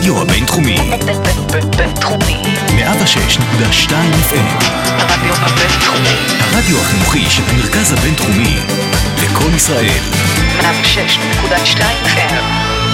הרדיו הבינתחומי. בינתחומי. 106.2 FM. הרדיו הבינתחומי. הרדיו החינוכי של המרכז הבינתחומי. לקום ישראל. 106.2 FM.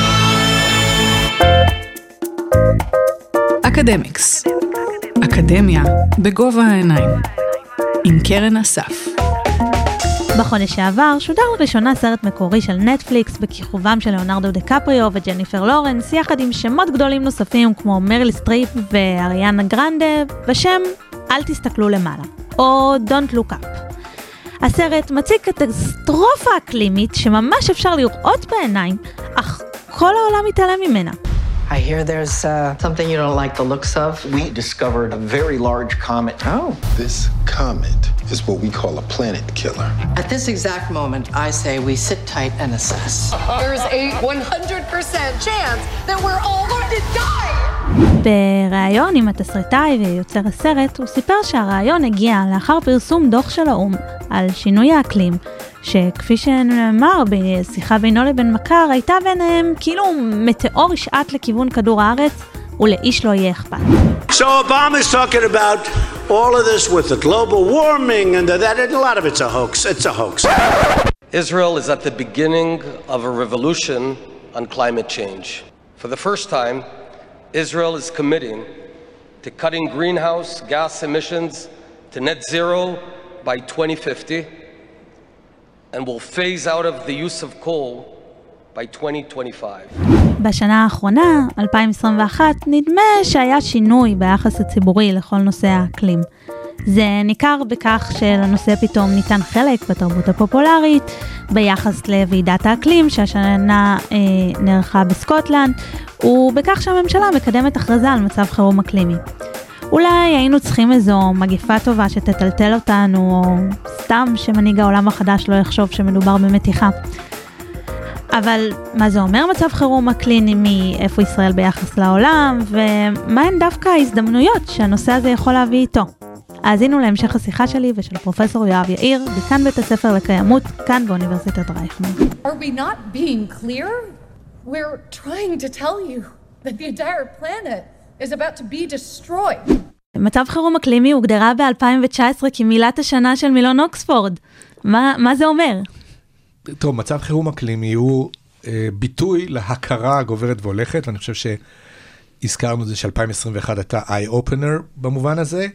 אקדמיקס. אקדמיה בגובה העיניים. עם קרן אסף. בחודש שעבר שודר לראשונה סרט מקורי של נטפליקס בכיכובם של ליאונרדו דיקפריו וג'ניפר לורנס, יחד עם שמות גדולים נוספים כמו מריל סטריפ ואריאנה גרנדה, בשם אל תסתכלו למעלה, או Don't Look Up. הסרט מציג קטסטרופה אקלימית שממש אפשר לראות בעיניים, אך כל העולם מתעלם ממנה. I hear there's something you don't like the looks of. We discovered a very large comet. Oh. This comet is what we call a planet killer. At this exact moment, I say we sit tight and assess. There's a 100% chance that we're all going to die. בראיון עם התסריטאי ויוצר הסרט, הוא סיפר שהרעיון הגיע לאחר פרסום דוח של האו"ם על שינוי האקלים, שכפי שנאמר בשיחה בינו לבין מכר, הייתה ביניהם כאילו מטאור ישעט לכיוון כדור הארץ, ולאיש לא יהיה אכפת. So Obama's talking about all of this with the global warming and that, and a lot of it's a hoax. It's a hoax. Israel is at the beginning of a revolution on climate change. For the first time, Israel is committing to cutting greenhouse gas emissions to net zero by 2050 and will phase out of the use of coal by 2025. בשנה האחרונה, 2021, נדמה שהיה שינוי ביחס הציבורי לכל נושא האקלים. זה ניכר בכך שלנושא פתאום ניתן חלק בתרבות הפופולרית, ביחס לוועידת האקלים שהשנה נערכה בסקוטלנד, ובכך שהממשלה מקדמת הכרזה על מצב חירום אקלימי. אולי היינו צריכים איזו מגיפה טובה שתטלטל אותנו, או סתם שמנהיג העולם החדש לא יחשוב שמדובר במתיחה. אבל מה זה אומר מצב חירום אקלימי, איפה ישראל ביחס לעולם, ומהן דווקא ההזדמנויות שהנושא הזה יכול להביא איתו. האזינו להמשך השיחה שלי ושל פרופסור יואב יאיר, דיקן בית הספר לקיימות, כאן באוניברסיטת רייכמן. Are we not being clear? We're trying to tell you that the entire planet is about to be destroyed. מצב חירום אקלימי הוגדרה ב-2019 כמילת השנה של מילון אוקספורד. מה זה אומר? טוב, מצב חירום אקלימי הוא ביטוי להכרה גוברת והולכת, ואני חושב שהזכרנו את זה ש-2021 הייתה eye-opener במובן הזה.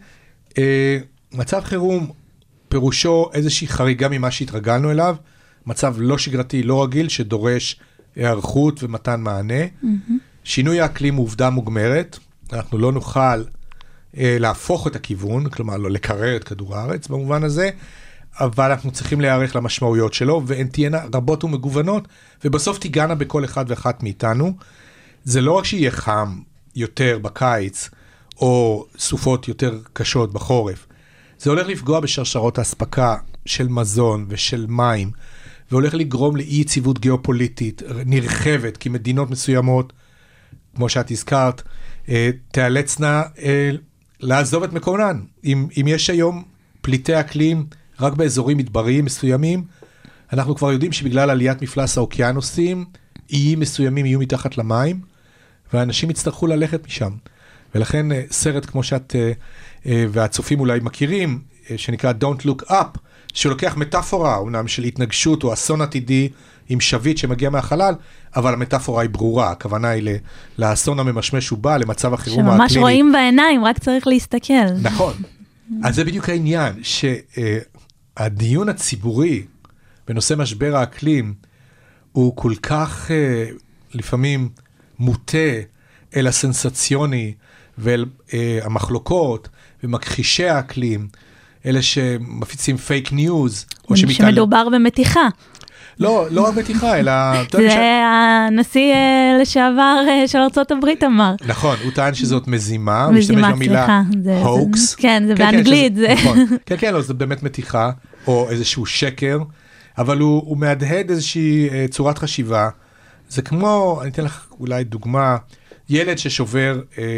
מצב חירום פירושו איזושהי חריגה ממה שהתרגלנו אליו, מצב לא שגרתי, לא רגיל, שדורש הערכות ומתן מענה. שינוי האקלים הוא עובדה מוגמרת, אנחנו לא נוכל להפוך את הכיוון, כלומר לא לקרר את כדור הארץ במובן הזה, אבל אנחנו צריכים להיערך למשמעויות שלו, והן תהיינה רבות ומגוונות, ובסוף תיגענה בכל אחד ואחת מאיתנו. זה לא רק שיהיה חם יותר בקיץ, או סופות יותר קשות בחורף. זה הולך לפגוע בשרשרות האספקה של מזון ושל מים, והולך לגרום לאי יציבות גיאופוליטית נרחבת, כי מדינות מסוימות, כמו שאת הזכרת, תיאלצנה לעזוב את מקומן. אם יש היום פליטי אקלים רק באזורים מדבריים מסוימים, אנחנו כבר יודעים שבגלל עליית מפלס האוקיינוסים, איים מסוימים יהיו מתחת למים, ואנשים יצטרכו ללכת משם. ולכן סרט כמו שאת והצופים אולי מכירים, שנקרא Don't Look Up, שלוקח מטאפורה, אומנם של התנגשות או אסון עתידי עם שביט שמגיע מהחלל, אבל המטאפורה היא ברורה, הכוונה היא לאסון הממשמש ובא, למצב החירום האקלימי. שממש רואים בעיניים, רק צריך להסתכל. נכון. אז זה בדיוק העניין, שהדיון הציבורי בנושא משבר האקלים, הוא כל כך לפעמים מוטה אל הסנסציוני, ואל המחלוקות ומכחישי האקלים, אלה שמפיצים פייק ניוז. שמדובר במתיחה. לא רק מתיחה, אלא... זה הנשיא לשעבר של ארצות הברית אמר. נכון, הוא טען שזאת מזימה, הוא משתמש במילה הוקס. כן, זה באנגלית. כן, זה באמת מתיחה, או איזשהו שקר, אבל הוא מהדהד איזושהי צורת חשיבה. זה כמו, אני אתן לך אולי דוגמה, ילד ששובר,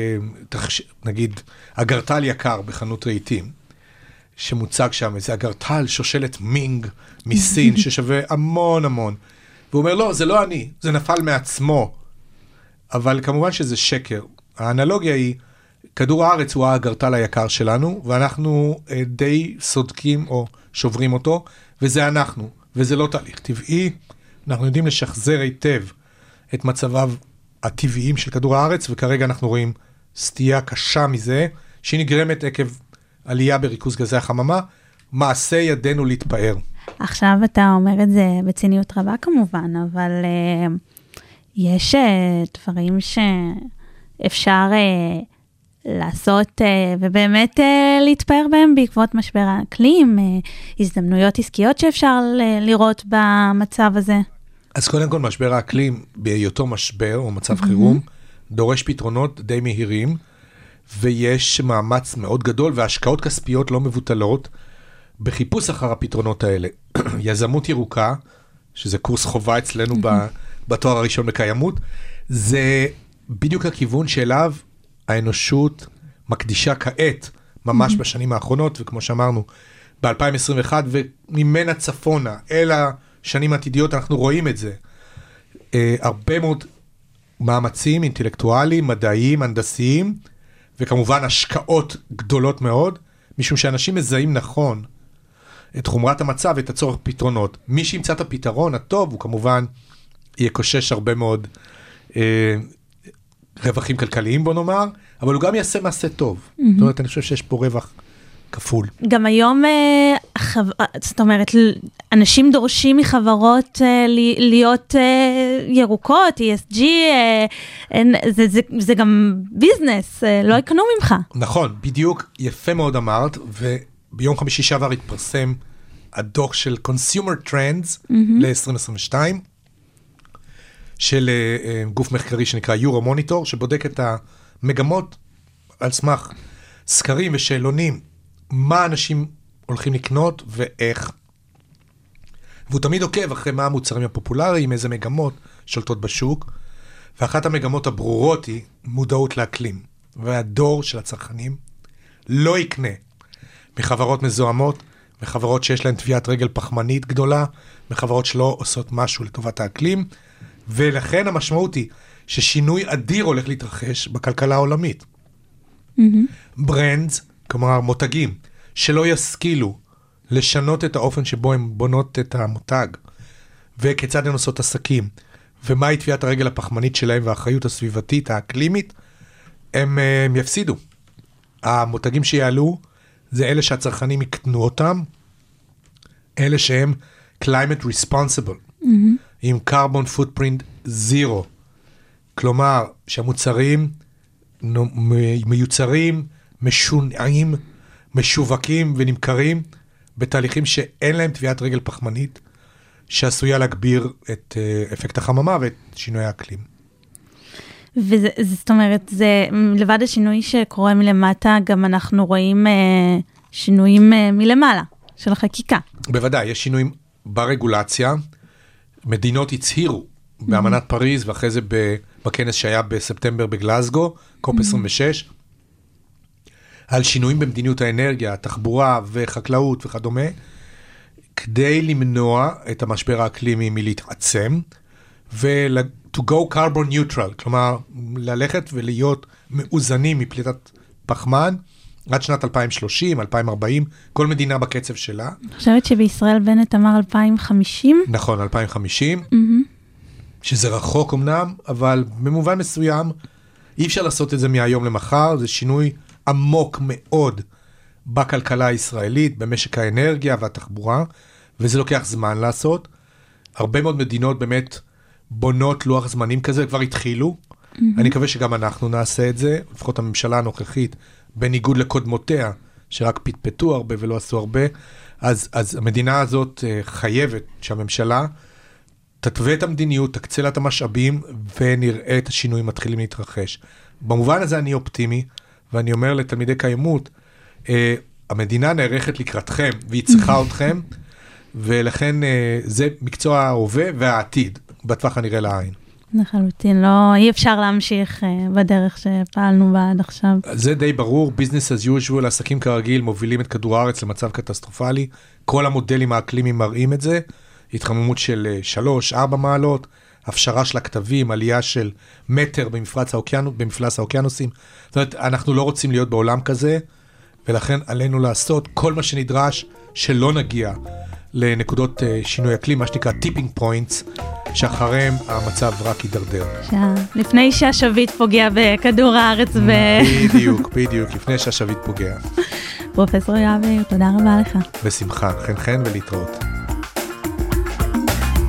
נגיד, אגרטל יקר בחנות רהיטים, שמוצג שם, איזה אגרטל שושלת מינג מסין, ששווה המון המון. והוא אומר, לא, זה לא אני, זה נפל מעצמו. אבל כמובן שזה שקר. האנלוגיה היא, כדור הארץ הוא האגרטל היקר שלנו, ואנחנו די סודקים או שוברים אותו, וזה אנחנו, וזה לא תהליך טבעי. אנחנו יודעים לשחזר היטב את מצביו הטבעיים של כדור הארץ, וכרגע אנחנו רואים סטייה קשה מזה, שהיא נגרמת עקב עלייה בריכוז גזי החממה, מעשה ידינו להתפאר. עכשיו אתה אומר את זה בציניות רבה כמובן, אבל יש דברים שאפשר לעשות ובאמת להתפאר בהם בעקבות משבר האקלים, הזדמנויות עסקיות שאפשר לראות במצב הזה. אז קודם כל משבר האקלים בהיותו משבר או מצב חירום, דורש פתרונות די מהירים, ויש מאמץ מאוד גדול והשקעות כספיות לא מבוטלות בחיפוש אחר הפתרונות האלה. יזמות ירוקה, שזה קורס חובה אצלנו בתואר הראשון בקיימות, זה בדיוק הכיוון שאליו האנושות מקדישה כעת, ממש בשנים האחרונות, וכמו שאמרנו, ב-2021, וממנה צפונה, אל השנים העתידיות, אנחנו רואים את זה. הרבה מאוד מאמצים אינטלקטואליים, מדעיים, הנדסיים, וכמובן השקעות גדולות מאוד, משום שאנשים מזהים נכון את חומרת המצב ואת הצורך פתרונות. מי שימצא את הפתרון הטוב, הוא כמובן יקושש הרבה מאוד רווחים כלכליים, בוא נאמר, אבל הוא גם יעשה מעשה טוב. זאת אומרת, אני חושב שיש פה רווח כפול. גם היום, זאת אומרת, אנשים דורשים מחברות להיות ירוקות, ESG, זה גם ביזנס, לא יקנו ממך. נכון, בדיוק, יפה מאוד אמרת, וביום חמישי שעבר התפרסם הדוח של Consumer Trends ל-2022, של גוף מחקרי שנקרא יורו מוניטור, שבודק את המגמות על סמך סקרים ושאלונים, מה אנשים הולכים לקנות ואיך. והוא תמיד עוקב אחרי מה המוצרים הפופולריים, איזה מגמות שולטות בשוק, ואחת המגמות הברורות היא מודעות לאקלים. והדור של הצרכנים לא יקנה מחברות מזוהמות, מחברות שיש להן טביעת רגל פחמנית גדולה, מחברות שלא עושות משהו לטובת האקלים, ולכן המשמעות היא ששינוי אדיר הולך להתרחש בכלכלה העולמית. ברנדס, כלומר מותגים, שלא ישכילו לשנות את האופן שבו הם בונות את המותג, וכיצד הן עושות עסקים, ומהי טביעת הרגל הפחמנית שלהם והאחריות הסביבתית, האקלימית, הם יפסידו. המותגים שיעלו, זה אלה שהצרכנים יקנו אותם, אלה שהם climate responsible, עם carbon footprint zero, כלומר שהמוצרים מיוצרים, משונעים, משווקים ונמכרים בתהליכים שאין להם טביעת רגל פחמנית, שעשויה להגביר את אפקט החממה ואת שינוי האקלים. זאת אומרת, זה לבד השינוי שקורה מלמטה, גם אנחנו רואים שינויים מלמעלה של החקיקה. בוודאי, יש שינויים ברגולציה. מדינות הצהירו באמנת פריז, ואחרי זה בכנס שהיה בספטמבר בגלזגו, קופ 26, על שינויים במדיניות האנרגיה, התחבורה וחקלאות וכדומה, כדי למנוע את המשבר האקלימי מלהתעצם, to go carbon neutral, כלומר, ללכת ולהיות מאוזנים מפליטת פחמן, עד שנת 2030, 2040, כל מדינה בקצב שלה. אני חושבת שבישראל בנט אמר 2050. נכון, 2050, שזה רחוק אמנם, אבל במובן מסוים, אי אפשר לעשות את זה מהיום למחר, זה שינוי עמוק מאוד בכלכלה הישראלית, במשק האנרגיה והתחבורה, וזה לוקח זמן לעשות. הרבה מאוד מדינות באמת בונות לוח זמנים כזה, כבר התחילו. אני מקווה שגם אנחנו נעשה את זה, לפחות הממשלה הנוכחית, בניגוד לקודמותיה, שרק פטפטו הרבה ולא עשו הרבה, אז המדינה הזאת חייבת שהממשלה תתווה את המדיניות, תקצה לה את המשאבים, ונראה את השינויים מתחילים להתרחש. במובן הזה אני אופטימי, ואני אומר לתלמידי קיימות, המדינה נערכת לקראתכם, והיא צריכה אתכם, ולכן זה מקצוע ההווה והעתיד, בטווח הנראה לעין. לחלוטין, לא, אי אפשר להמשיך בדרך שפעלנו בה עד עכשיו. זה די ברור, business as usual, עסקים כרגיל מובילים את כדור הארץ למצב קטסטרופלי, כל המודלים האקלימיים מראים את זה, התחממות של 3-4 מעלות, הפשרה של הכתבים, עלייה של מטר במפלס האוקיינוסים. זאת אומרת, אנחנו לא רוצים להיות בעולם כזה, ולכן עלינו לעשות כל מה שנדרש שלא נגיע לנקודות שינוי אקלים, מה שנקרא טיפינג פוינטס, שאחריהם המצב רק יידרדר. לפני שהשביט פוגע בכדור הארץ בדיוק, לפני שהשביט פוגע. פרופסור יואב, תודה רבה לך. בשמחה, חן ולהתראות.